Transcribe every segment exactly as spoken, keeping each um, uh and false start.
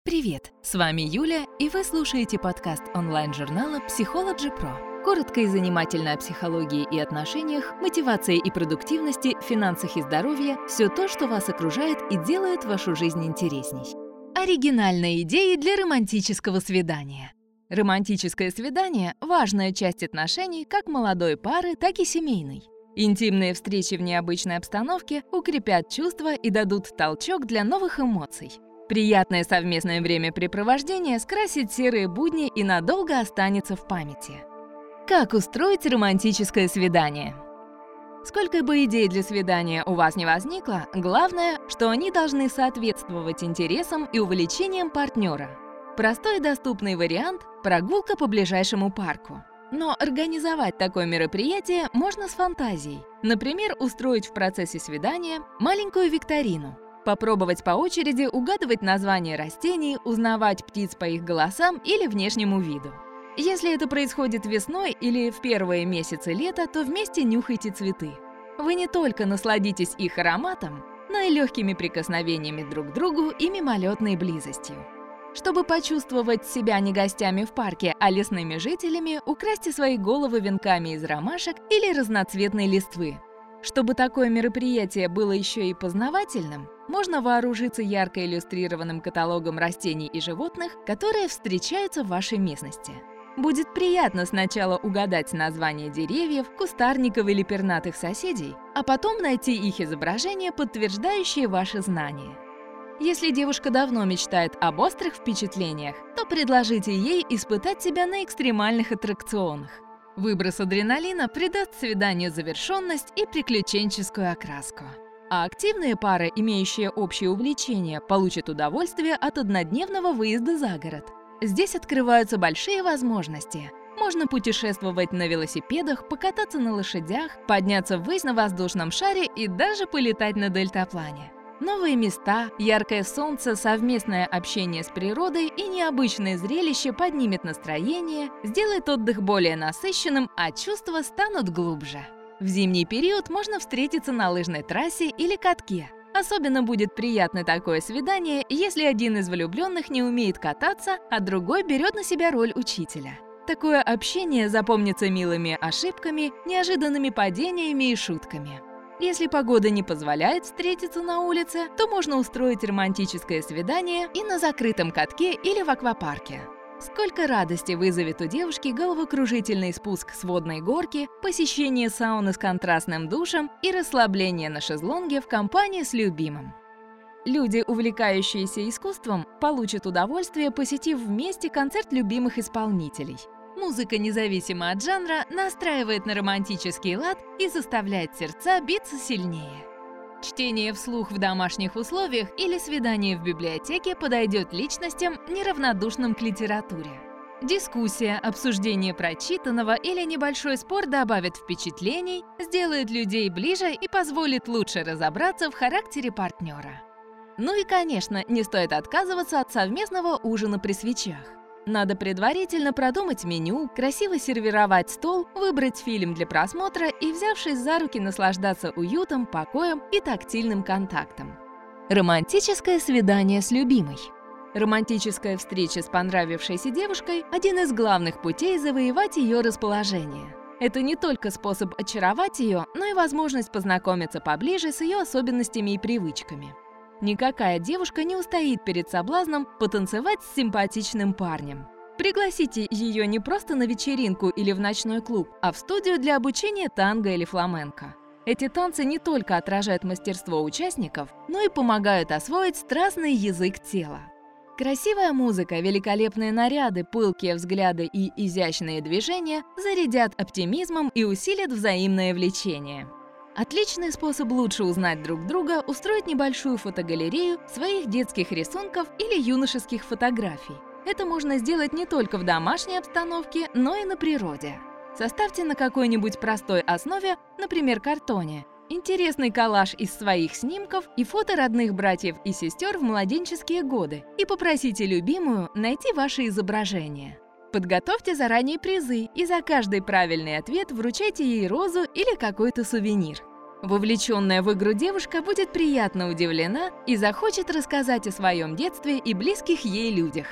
Привет! С вами Юля, и вы слушаете подкаст онлайн-журнала Psychology Pro. Коротко и занимательно о психологии и отношениях, мотивации и продуктивности, финансах и здоровье – все то, что вас окружает и делает вашу жизнь интересней. Оригинальные идеи для романтического свидания. Романтическое свидание – важная часть отношений как молодой пары, так и семейной. Интимные встречи в необычной обстановке укрепят чувства и дадут толчок для новых эмоций. Приятное совместное времяпрепровождение скрасит серые будни и надолго останется в памяти. Как устроить романтическое свидание? Сколько бы идей для свидания у вас не возникло, главное, что они должны соответствовать интересам и увлечениям партнера. Простой и доступный вариант – прогулка по ближайшему парку. Но организовать такое мероприятие можно с фантазией. Например, устроить в процессе свидания маленькую викторину. Попробовать по очереди угадывать названия растений, узнавать птиц по их голосам или внешнему виду. Если это происходит весной или в первые месяцы лета, то вместе нюхайте цветы. Вы не только насладитесь их ароматом, но и легкими прикосновениями друг к другу и мимолетной близостью. Чтобы почувствовать себя не гостями в парке, а лесными жителями, украсьте свои головы венками из ромашек или разноцветной листвы. Чтобы такое мероприятие было еще и познавательным, можно вооружиться ярко иллюстрированным каталогом растений и животных, которые встречаются в вашей местности. Будет приятно сначала угадать названия деревьев, кустарников или пернатых соседей, а потом найти их изображения, подтверждающие ваши знания. Если девушка давно мечтает об острых впечатлениях, то предложите ей испытать себя на экстремальных аттракционах. Выброс адреналина придаст свиданию завершенность и приключенческую окраску. А активные пары, имеющие общее увлечение, получат удовольствие от однодневного выезда за город. Здесь открываются большие возможности. Можно путешествовать на велосипедах, покататься на лошадях, подняться ввысь на воздушном шаре и даже полетать на дельтаплане. Новые места, яркое солнце, совместное общение с природой и необычное зрелище поднимет настроение, сделает отдых более насыщенным, а чувства станут глубже. В зимний период можно встретиться на лыжной трассе или катке. Особенно будет приятно такое свидание, если один из влюбленных не умеет кататься, а другой берет на себя роль учителя. Такое общение запомнится милыми ошибками, неожиданными падениями и шутками. Если погода не позволяет встретиться на улице, то можно устроить романтическое свидание и на закрытом катке или в аквапарке. Сколько радости вызовет у девушки головокружительный спуск с водной горки, посещение сауны с контрастным душем и расслабление на шезлонге в компании с любимым. Люди, увлекающиеся искусством, получат удовольствие, посетив вместе концерт любимых исполнителей. Музыка, независимо от жанра, настраивает на романтический лад и заставляет сердца биться сильнее. Чтение вслух в домашних условиях или свидание в библиотеке подойдет личностям, неравнодушным к литературе. Дискуссия, обсуждение прочитанного или небольшой спор добавит впечатлений, сделает людей ближе и позволит лучше разобраться в характере партнера. Ну и, конечно, не стоит отказываться от совместного ужина при свечах. Надо предварительно продумать меню, красиво сервировать стол, выбрать фильм для просмотра и, взявшись за руки, наслаждаться уютом, покоем и тактильным контактом. Романтическое свидание с любимой. Романтическая встреча с понравившейся девушкой – один из главных путей завоевать ее расположение. Это не только способ очаровать ее, но и возможность познакомиться поближе с ее особенностями и привычками. Никакая девушка не устоит перед соблазном потанцевать с симпатичным парнем. Пригласите ее не просто на вечеринку или в ночной клуб, а в студию для обучения танго или фламенко. Эти танцы не только отражают мастерство участников, но и помогают освоить страстный язык тела. Красивая музыка, великолепные наряды, пылкие взгляды и изящные движения зарядят оптимизмом и усилят взаимное влечение. Отличный способ лучше узнать друг друга – устроить небольшую фотогалерею своих детских рисунков или юношеских фотографий. Это можно сделать не только в домашней обстановке, но и на природе. Составьте на какой-нибудь простой основе, например, картоне, интересный коллаж из своих снимков и фото родных братьев и сестер в младенческие годы и попросите любимую найти ваши изображения. Подготовьте заранее призы и за каждый правильный ответ вручайте ей розу или какой-то сувенир. Вовлеченная в игру девушка будет приятно удивлена и захочет рассказать о своем детстве и близких ей людях.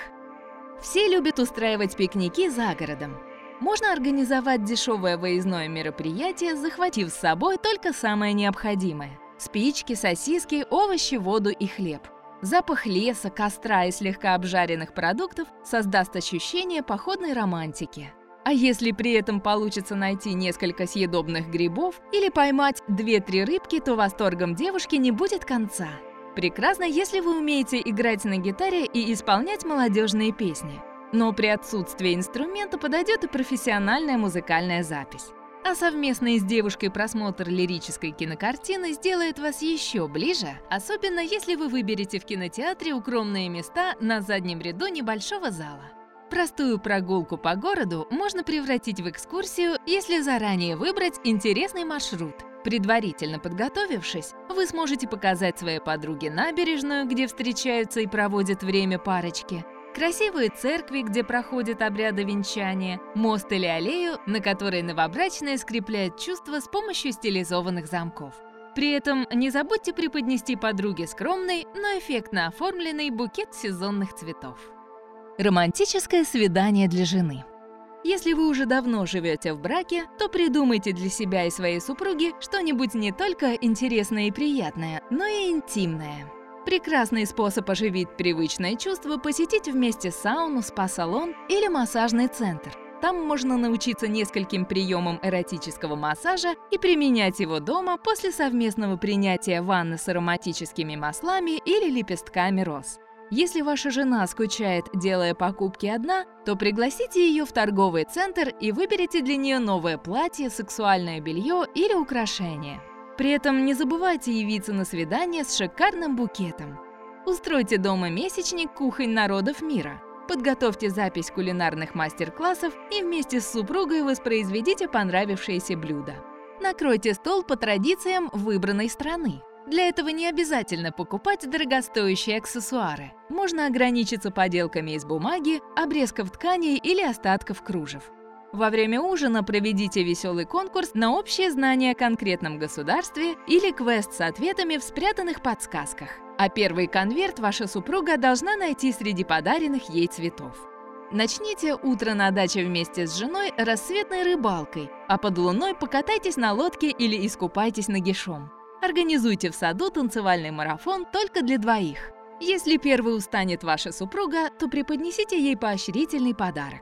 Все любят устраивать пикники за городом. Можно организовать дешевое выездное мероприятие, захватив с собой только самое необходимое – спички, сосиски, овощи, воду и хлеб. Запах леса, костра и слегка обжаренных продуктов создаст ощущение походной романтики. А если при этом получится найти несколько съедобных грибов или поймать две-три рыбки, то восторгом девушки не будет конца. Прекрасно, если вы умеете играть на гитаре и исполнять молодежные песни. Но при отсутствии инструмента подойдет и профессиональная музыкальная запись. А совместный с девушкой просмотр лирической кинокартины сделает вас еще ближе, особенно если вы выберете в кинотеатре укромные места на заднем ряду небольшого зала. Простую прогулку по городу можно превратить в экскурсию, если заранее выбрать интересный маршрут. Предварительно подготовившись, вы сможете показать своей подруге набережную, где встречаются и проводят время парочки, красивые церкви, где проходят обряды венчания, мост или аллею, на которой новобрачные скрепляют чувства с помощью стилизованных замков. При этом не забудьте преподнести подруге скромный, но эффектно оформленный букет сезонных цветов. Романтическое свидание для жены. Если вы уже давно живете в браке, то придумайте для себя и своей супруги что-нибудь не только интересное и приятное, но и интимное. Прекрасный способ оживить привычное чувство – посетить вместе сауну, спа-салон или массажный центр. Там можно научиться нескольким приемам эротического массажа и применять его дома после совместного принятия ванны с ароматическими маслами или лепестками роз. Если ваша жена скучает, делая покупки одна, то пригласите ее в торговый центр и выберите для нее новое платье, сексуальное белье или украшение. При этом не забывайте явиться на свидание с шикарным букетом. Устройте дома месячник кухонь народов мира. Подготовьте запись кулинарных мастер-классов и вместе с супругой воспроизведите понравившиеся блюда. Накройте стол по традициям выбранной страны. Для этого не обязательно покупать дорогостоящие аксессуары. Можно ограничиться поделками из бумаги, обрезков тканей или остатков кружев. Во время ужина проведите веселый конкурс на общее знание о конкретном государстве или квест с ответами в спрятанных подсказках. А первый конверт ваша супруга должна найти среди подаренных ей цветов. Начните утро на даче вместе с женой рассветной рыбалкой, а под луной покатайтесь на лодке или искупайтесь нагишом. Организуйте в саду танцевальный марафон только для двоих. Если первой устанет ваша супруга, то преподнесите ей поощрительный подарок.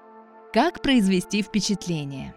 Как произвести впечатление?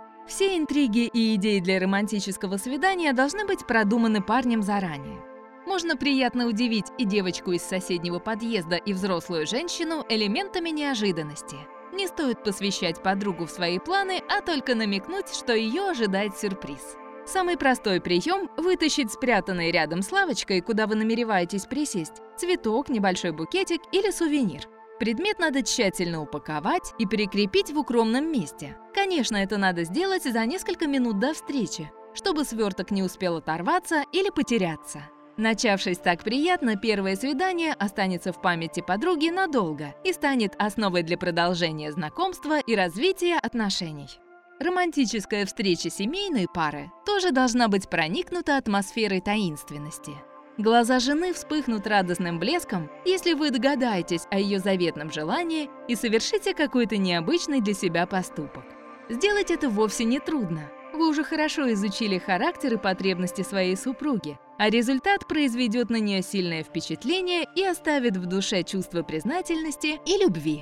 Все интриги и идеи для романтического свидания должны быть продуманы парнем заранее. Можно приятно удивить и девочку из соседнего подъезда, и взрослую женщину элементами неожиданности. Не стоит посвящать подругу в свои планы, а только намекнуть, что ее ожидает сюрприз. Самый простой прием – вытащить спрятанный рядом с лавочкой, куда вы намереваетесь присесть, цветок, небольшой букетик или сувенир. Предмет надо тщательно упаковать и прикрепить в укромном месте. Конечно, это надо сделать за несколько минут до встречи, чтобы сверток не успел оторваться или потеряться. Начавшись так приятно, первое свидание останется в памяти подруги надолго и станет основой для продолжения знакомства и развития отношений. Романтическая встреча семейной пары тоже должна быть проникнута атмосферой таинственности. Глаза жены вспыхнут радостным блеском, если вы догадаетесь о ее заветном желании и совершите какой-то необычный для себя поступок. Сделать это вовсе не трудно. Вы уже хорошо изучили характер и потребности своей супруги, а результат произведет на нее сильное впечатление и оставит в душе чувство признательности и любви.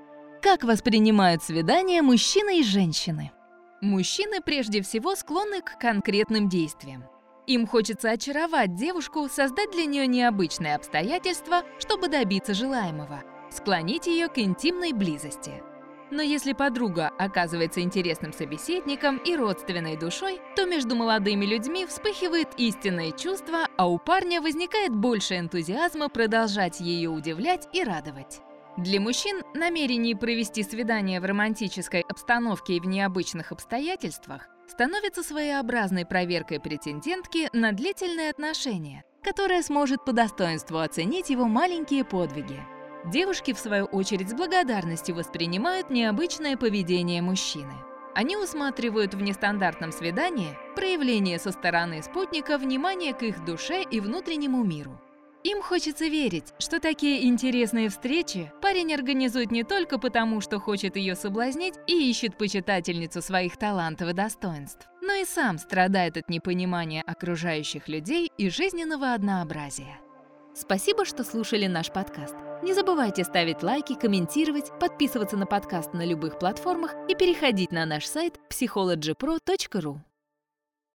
Как воспринимают свидания мужчины и женщины? Мужчины прежде всего склонны к конкретным действиям. Им хочется очаровать девушку, создать для нее необычные обстоятельства, чтобы добиться желаемого, склонить ее к интимной близости. Но если подруга оказывается интересным собеседником и родственной душой, то между молодыми людьми вспыхивает истинное чувство, а у парня возникает больше энтузиазма продолжать ее удивлять и радовать. Для мужчин намерение провести свидание в романтической обстановке и в необычных обстоятельствах становится своеобразной проверкой претендентки на длительные отношения, которая сможет по достоинству оценить его маленькие подвиги. Девушки, в свою очередь, с благодарностью воспринимают необычное поведение мужчины. Они усматривают в нестандартном свидании проявление со стороны спутника внимания к их душе и внутреннему миру. Им хочется верить, что такие интересные встречи парень организует не только потому, что хочет ее соблазнить и ищет почитательницу своих талантов и достоинств, но и сам страдает от непонимания окружающих людей и жизненного однообразия. Спасибо, что слушали наш подкаст. Не забывайте ставить лайки, комментировать, подписываться на подкаст на любых платформах и переходить на наш сайт психологи про точка ру.